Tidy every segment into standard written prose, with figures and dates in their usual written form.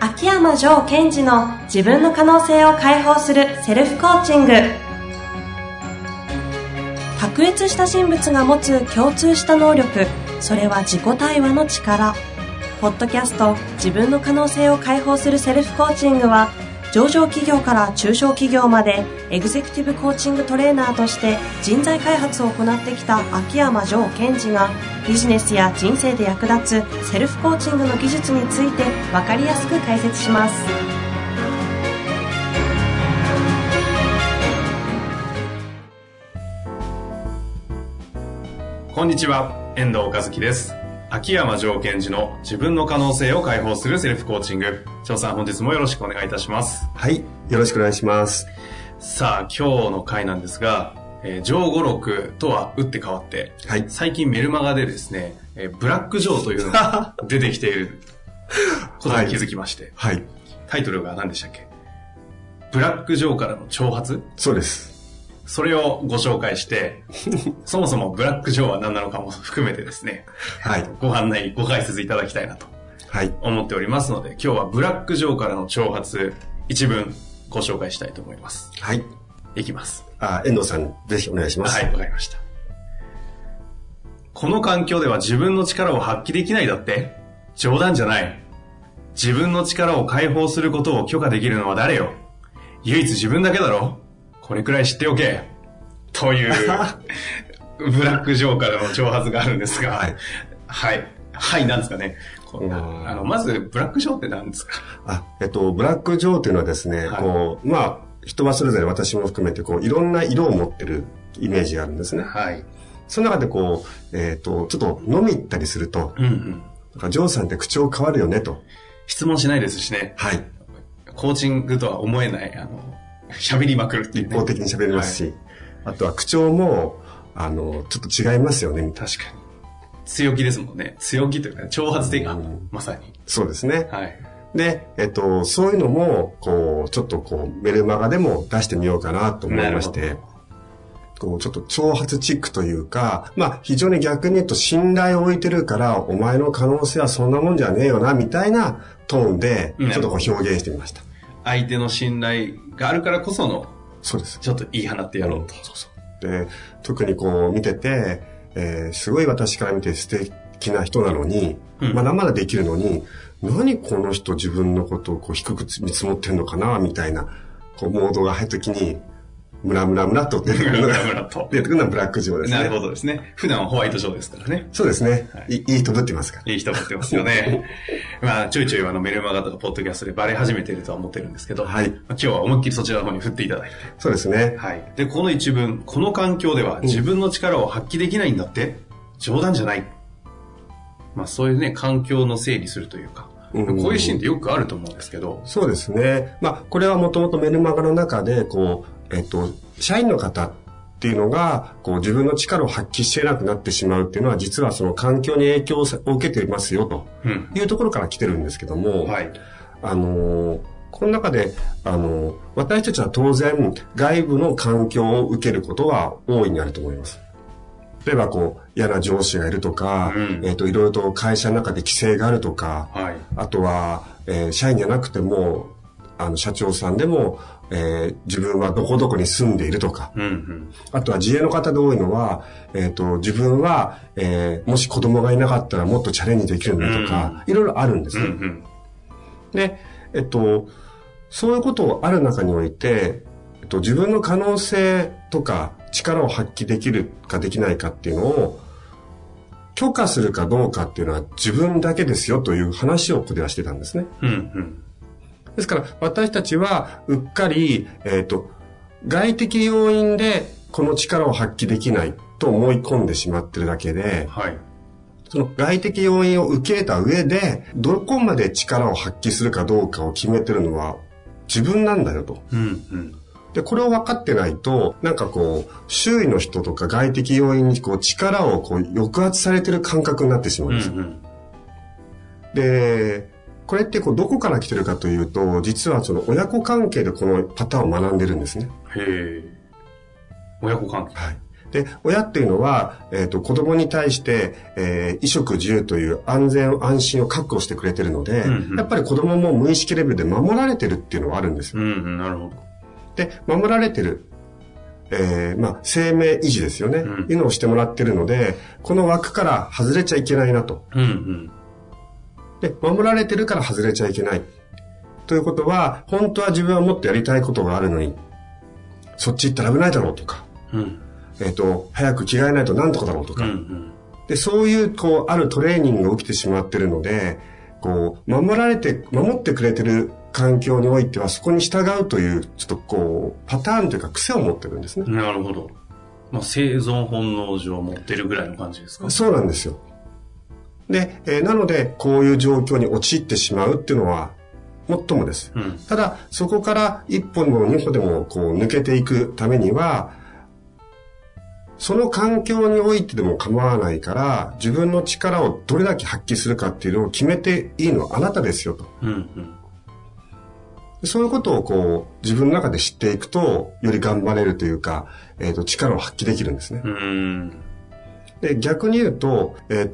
秋山城賢治の自分の可能性を解放するセルフコーチング。卓越した人物が持つ共通した能力、それは自己対話の力。ポッドキャスト自分の可能性を解放するセルフコーチングは、上場企業から中小企業までエグゼクティブコーチングトレーナーとして人材開発を行ってきた秋山城賢治が、ビジネスや人生で役立つセルフコーチングの技術について分かりやすく解説します。 こんにちは、遠藤和樹です。秋山城賢治の自分の可能性を解放するセルフコーチング。城さん、本日もよろしくお願いいたします。 はい、よろしくお願いします。 さあ、今日の回なんですが、城五六とは打って変わって、はい、最近メルマガでですね、ブラック城というのが出てきていることに気づきまして、はい、タイトルが何でしたっけ？ブラック城からの挑発？ そうです。 それをご紹介して、そもそもブラック城は何なのかも含めてですね、はい、ご案内、ご解説いただきたいなと思っておりますので、今日はブラック城からの挑発、一文ご紹介したいと思います。 はい。 いきます。 遠藤さん、ぜひお願いします。 はい、わかりました。この環境では自分の力を発揮できないだって？冗談じゃない。自分の力を解放することを許可できるのは誰よ？唯一自分だけだろ？これくらい知っておけ。という、ブラック城からの挑発があるんですが、はい。はい。はい、なんですかね。まず、ブラック城って何ですか？ ブラック城っていうのはですね、はい、人はそれぞれ私も含めて、いろんな色を持ってるイメージがあるんですね。はい。その中でちょっと飲み行ったりすると、城さんって口調変わるよねと。 質問しないですしね。はい。コーチングとは思えない、喋りまくるっていう、 ね。一方的に喋りますし、はい、あとは口調も、ちょっと違いますよね、みたいな。 確かに。強気ですもんね。強気というか、挑発的な、まさに。 そうですね。はい。で、そういうのも、ちょっとメルマガでも出してみようかなと思いまして、ちょっと挑発チックというか、非常に逆に言うと信頼を置いてるから、お前の可能性はそんなもんじゃねえよな、みたいなトーンで、ちょっと表現してみました。 相手の信頼があるからこその、 そうです。 ちょっと言い放ってやろうと。 そうそう。で、特に見てて、すごい私から見て素敵な人なのに、まだまだできるのに、何この人自分のことを低く見積もってんのかな、みたいな、モードが入った時に、ムラムラと出てくるのが、出てくるのはブラック城ですね。 なるほどですね。普段はホワイト城ですからね。 そうですね。はい、いい人ぶってますから。 いい人ぶってますよね。ちょいちょいメルマガとかポッドキャストでバレ始めているとは思ってるんですけど、はい。今日は思いっきりそちらの方に振っていただいて。 そうですね。 はい。で、この一文、この環境では自分の力を発揮できないんだって、冗談じゃない。そういうね、環境の整理するというか、こういうシーンってよくあると思うんですけど。 そうですね。これはもともとメルマガの中で、社員の方っていうのが、自分の力を発揮していなくなってしまうっていうのは、実はその環境に影響を受けていますよ、というところから来てるんですけども、はい。この中で、私たちは当然、外部の環境を受けることが大いにあると思います。例えば、嫌な上司がいるとか、いろいろと会社の中で規制があるとか、はい、あとは、社員じゃなくても、社長さんでも、自分はどこどこに住んでいるとか、あとは自営の方で多いのは、自分は、もし子供がいなかったらもっとチャレンジできるんだとか、いろいろあるんですね。で、そういうことある中において、自分の可能性とか力を発揮できるかできないかっていうのを許可するかどうかっていうのは自分だけですよという話をここではしてたんですね。ですから私たちはうっかり、外的要因でこの力を発揮できないと思い込んでしまってるだけで、はい、その外的要因を受け入れた上でどこまで力を発揮するかどうかを決めてるのは自分なんだよと。で、これを分かってないと、周囲の人とか外的要因に力を抑圧されてる感覚になってしまうんです。で、これってどこから来てるかというと、実はその親子関係でこのパターンを学んでるんですね。 へー。親子関係。 はい。 で、親っていうのは、子供に対して、衣食住という安全安心を確保してくれてるので、やっぱり子供も無意識レベルで守られてるっていうのはあるんですよ。 なるほど。 で、守られてる、生命維持ですよね。いうのをしてもらってるので、この枠から外れちゃいけないなと。で、守られてるから外れちゃいけない。ということは、本当は自分はもっとやりたいことがあるのに、そっち行ったら危ないだろうとか、早く着替えないとなんとかだろうとか、で、そういう、あるトレーニングが起きてしまってるので、守ってくれてる環境においては、そこに従うという、ちょっとパターンというか癖を持ってるんですね。 なるほど。生存本能上持ってるぐらいの感じですか？ そうなんですよ。で、なので、こういう状況に陥ってしまうっていうのは、もっともです。ただ、そこから一歩でも二歩でも抜けていくためには、その環境においてでも構わないから、自分の力をどれだけ発揮するかっていうのを決めていいのはあなたですよと。そういうことを自分の中で知っていくと、より頑張れるというか、力を発揮できるんですね。で、逆に言うと、例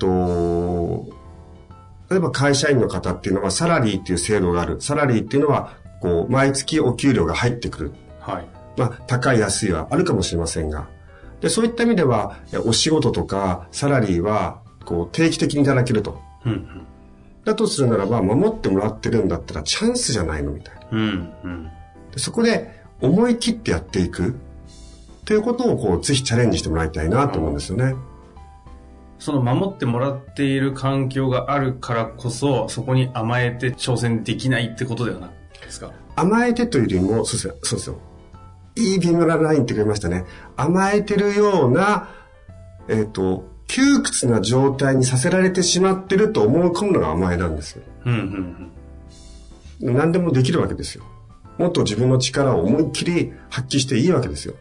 えば会社員の方っていうのはサラリーっていう制度がある。サラリーっていうのは、毎月お給料が入ってくる。高い安いはあるかもしれませんが。で、そういった意味では、お仕事とかサラリーは、定期的にいただけると。だとするならば、守ってもらってるんだったらチャンスじゃないのみたいな。で、そこで思い切ってやっていく。ということを、ぜひチャレンジしてもらいたいなと思うんですよね。 その守ってもらっている環境があるからこそ、そこに甘えて挑戦できないってことではないですか？ 甘えてというよりも、そうですよ。いい微妙なラインってくれましたね。甘えてるような、窮屈な状態にさせられてしまってると思い込むのが甘えなんですよ。何でもできるわけですよ。もっと自分の力を思いっきり発揮していいわけですよ。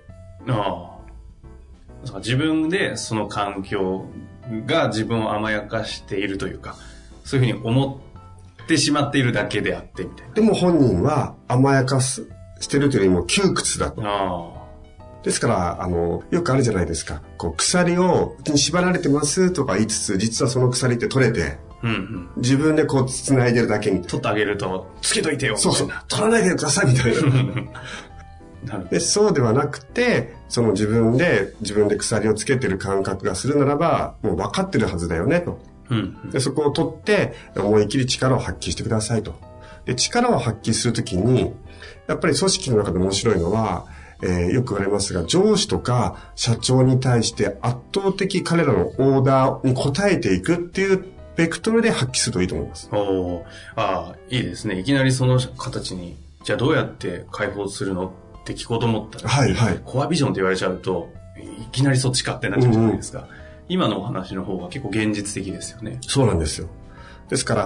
自分でその環境が自分を甘やかしているというか、そういうふうに思ってしまっているだけであってみたいな。 でも本人は甘やかしてるというよりも窮屈だと。ですから、よくあるじゃないですか。鎖に縛られてますとか言いつつ、実はその鎖って取れて、自分で繋いでるだけみたいな。 取ってあげると、つけといてよ。 そう。取らないでくださいみたいな。で、そうではなくて、自分で鎖をつけてる感覚がするならば、もう分かってるはずだよね、と。で、そこを取って、思い切り力を発揮してくださいと。で、力を発揮するときに、やっぱり組織の中で面白いのは、よく言われますが、上司とか社長に対して圧倒的彼らのオーダーに応えていくっていうベクトルで発揮するといいと思います。 いいですね。いきなりその形に、じゃあどうやって解放するのって聞こうと思ったら、コアビジョンって言われちゃうと、いきなりそっちかってなっちゃうじゃないですか。今のお話の方が結構現実的ですよね。そうなんですよ。ですから、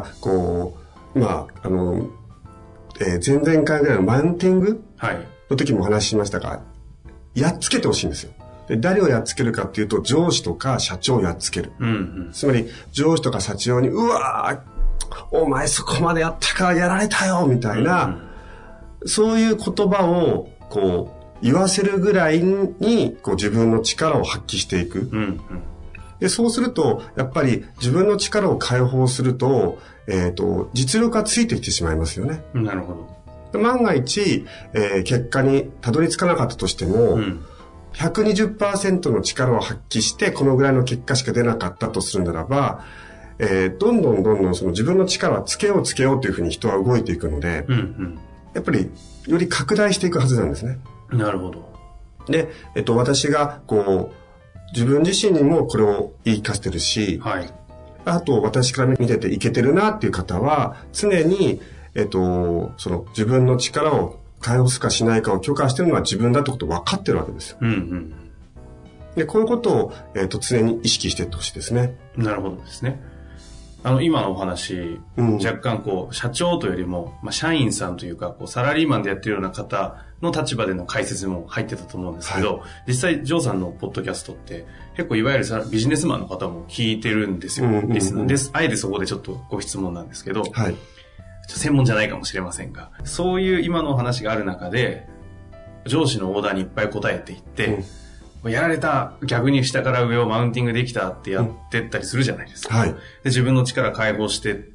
前々回ぐらいのマウンティングの時もお話ししましたが、やっつけてほしいんですよ。で、誰をやっつけるかっていうと、上司とか社長をやっつける。つまり、上司とか社長に、うわー、お前そこまでやったからやられたよみたいな、そういう言葉を、言わせるぐらいに、自分の力を発揮していく。で、そうすると、やっぱり自分の力を解放すると、実力がついてきてしまいますよね。 なるほど。 万が一、結果にたどり着かなかったとしても、120% の力を発揮して、このぐらいの結果しか出なかったとするならば、どんどんその自分の力はつけようというふうに人は動いていくので、やっぱりより拡大していくはずなんですね。 なるほど。 で、私が自分自身にもこれを言い聞かせてるし、あと私から見てていけてるなっていう方は、常に、その自分の力を解放するかしないかを許可してるのは自分だってことを分かってるわけですよ。で、こういうことを、常に意識していってほしいですね。 なるほどですね。今のお話、若干社長というよりも、社員さんというか、サラリーマンでやってるような方の立場での解説も入ってたと思うんですけど、実際、ジョーさんのポッドキャストって、結構いわゆるビジネスマンの方も聞いてるんですよ。リスナーです。あえてそこでちょっとご質問なんですけど、専門じゃないかもしれませんが、そういう今のお話がある中で、上司のオーダーにいっぱい答えていって、 やられた、逆に下から上をマウンティングできたってやってったりするじゃないですか。 はい。 で自分の力解放してって、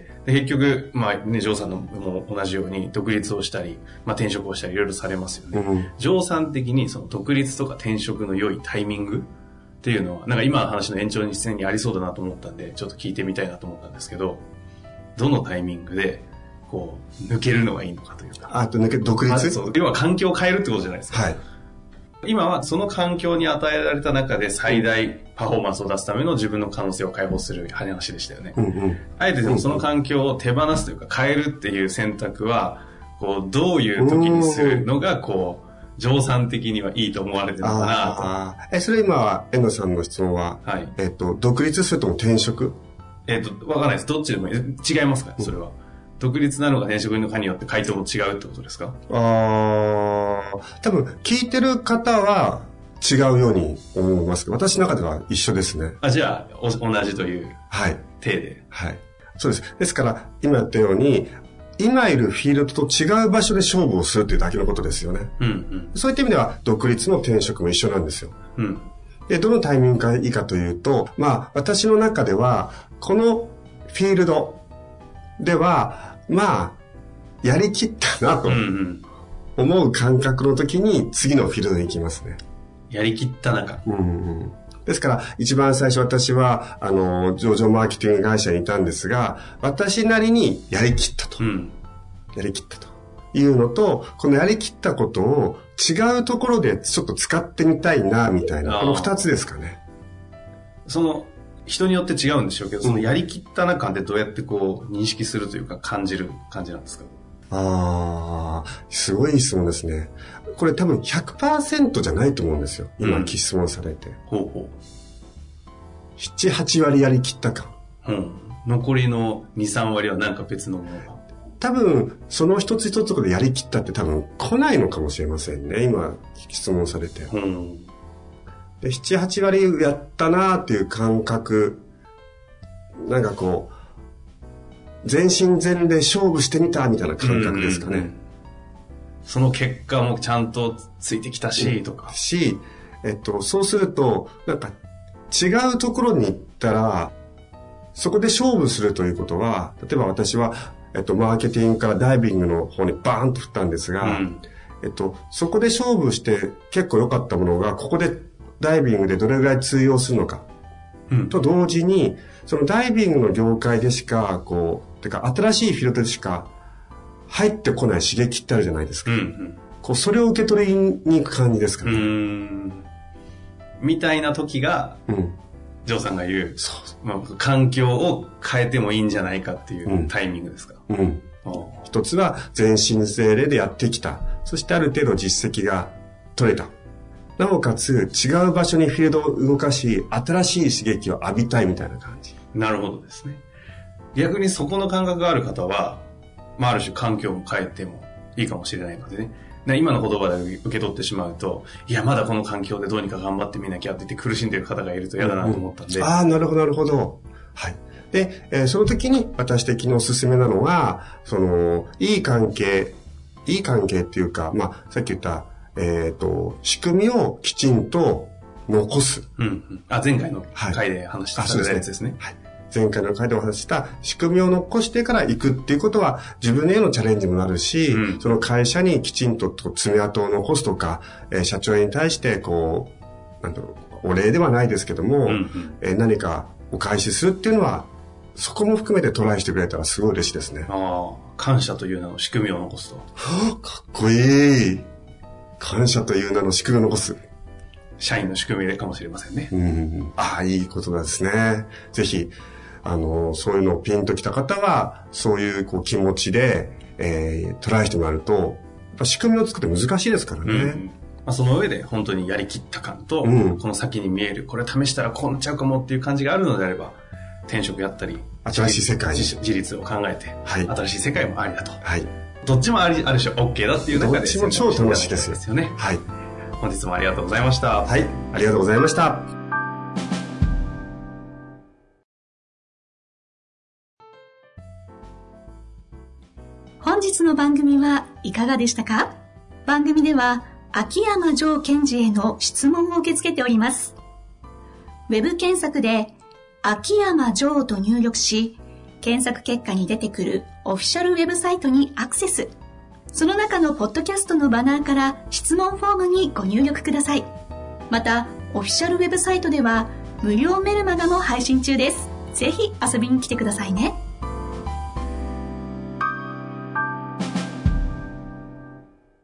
で結局、まあね、ジョーさんのも同じように独立をしたり、まあ転職をしたりいろいろされますよね。ジョーさん的にその独立とか転職の良いタイミングっていうのは、なんか今の話の延長に自然にありそうだなと思ったんで、ちょっと聞いてみたいなと思ったんですけど、どのタイミングで、こう、抜けるのがいいのかというか。 独立？ そう、要は環境を変えるってことじゃないですか。 はい。 今はその環境に与えられた中で最大パフォーマンスを出すための自分の可能性を解放する話でしたよね。あえてでもその環境を手放すというか変えるっていう選択は、こう、どういう時にするのが、こう、ジョーさん的にはいいと思われてるのかなと。 それ今は、遠藤さんの質問は、 はい。 独立するとも転職？ わかんないです。どっちでもいい。違いますか、それは。独立なのか転職なのかによって回答も違うってことですか？ 多分聞いてる方は違うように思いますけど、私の中では一緒ですね。 じゃあ、同じという体で。 はい。そうです。ですから、今言ったように、今いるフィールドと違う場所で勝負をするっていうだけのことですよね。そういった意味では、独立の転職も一緒なんですよ。で、どのタイミングがいいかというと、まあ、私の中では、このフィールドでは、まあ、やりきったなと思う感覚の時に次のフィールドに行きますね。 やりきった中。 ですから、一番最初私は、上場マーケティング会社にいたんですが、私なりにやりきったと。やりきったというのと、このやりきったことを違うところでちょっと使ってみたいな、みたいな、この二つですかね。 その、人によって違うんでしょうけど、そのやりきった中でどうやってこう認識するというか感じる感じなんですか？ すごい質問ですね。これ多分 100% じゃないと思うんですよ。今質問されて。7、8割やりきった感。 残りの2、3割はなんか別のものが。 多分、その一つ一つでやりきったって多分来ないのかもしれませんね。今、質問されて。で、7、8割やったなーっていう感覚、なんかこう、全身全霊勝負してみたみたいな感覚ですかね。 その結果もちゃんとついてきたし、とか。 そうすると、なんか違うところに行ったら、そこで勝負するということは、例えば私は、マーケティングからダイビングの方にバーンと振ったんですが、そこで勝負して結構良かったものが、ここでダイビングでどれぐらい通用するのか、と同時に、そのダイビングの業界でしか、新しいフィールドでしか入ってこない刺激ってあるじゃないですか。それを受け取りに行く感じですかね。 みたいな時が、ジョーさんが言う、環境を変えてもいいんじゃないかっていうタイミングですか？ 一つは全身全霊でやってきた。そしてある程度実績が取れた。なおかつ違う場所にフィールドを動かし、新しい刺激を浴びたいみたいな感じ。 なるほどですね。逆にそこの感覚がある方は、ある種環境も変えてもいいかもしれないのでね。今の言葉で受け取ってしまうと、いや、まだこの環境でどうにか頑張ってみなきゃって言って苦しんでいる方がいると嫌だなと思ったんで。 なるほど、なるほど。はい。で、その時に私的におすすめなのは、いい関係っていうか、さっき言った、仕組みをきちんと残す。 前回の回で話したやつですね。 前回の回でお話した仕組みを残してから行くっていうことは自分へのチャレンジもなるし、その会社にきちんと爪痕を残すとか、社長に対してお礼ではないですけども、何かお返しするっていうのは、そこも含めてトライしてくれたらすごい嬉しいですね。 感謝という名の仕組みを残すと。 かっこいい。感謝という名の仕組みを残す。 社員の仕組みかもしれませんね。 いいことですね。ぜひ、そういうのをピンときた方は、そういう気持ちで、トライしてもらうと、やっぱ仕組みを作って難しいですからね。 その上で本当にやりきった感と、この先に見える、これ試したらこうなっちゃうかもっていう感じがあるのであれば、転職やったり、 新しい世界自立を考えて、新しい世界もありだと。どっちもある種 OK だっていう中で。 どっちも超楽しいですよね。本日もありがとうございました。 ありがとうございました。 本日の番組はいかがでしたか？番組では秋山城賢治への質問を受け付けております。ウェブ検索で秋山城と入力し、検索結果に出てくるオフィシャルウェブサイトにアクセス。その中のポッドキャストのバナーから質問フォームにご入力ください。また、オフィシャルウェブサイトでは無料メルマガも配信中です。ぜひ遊びに来てくださいね。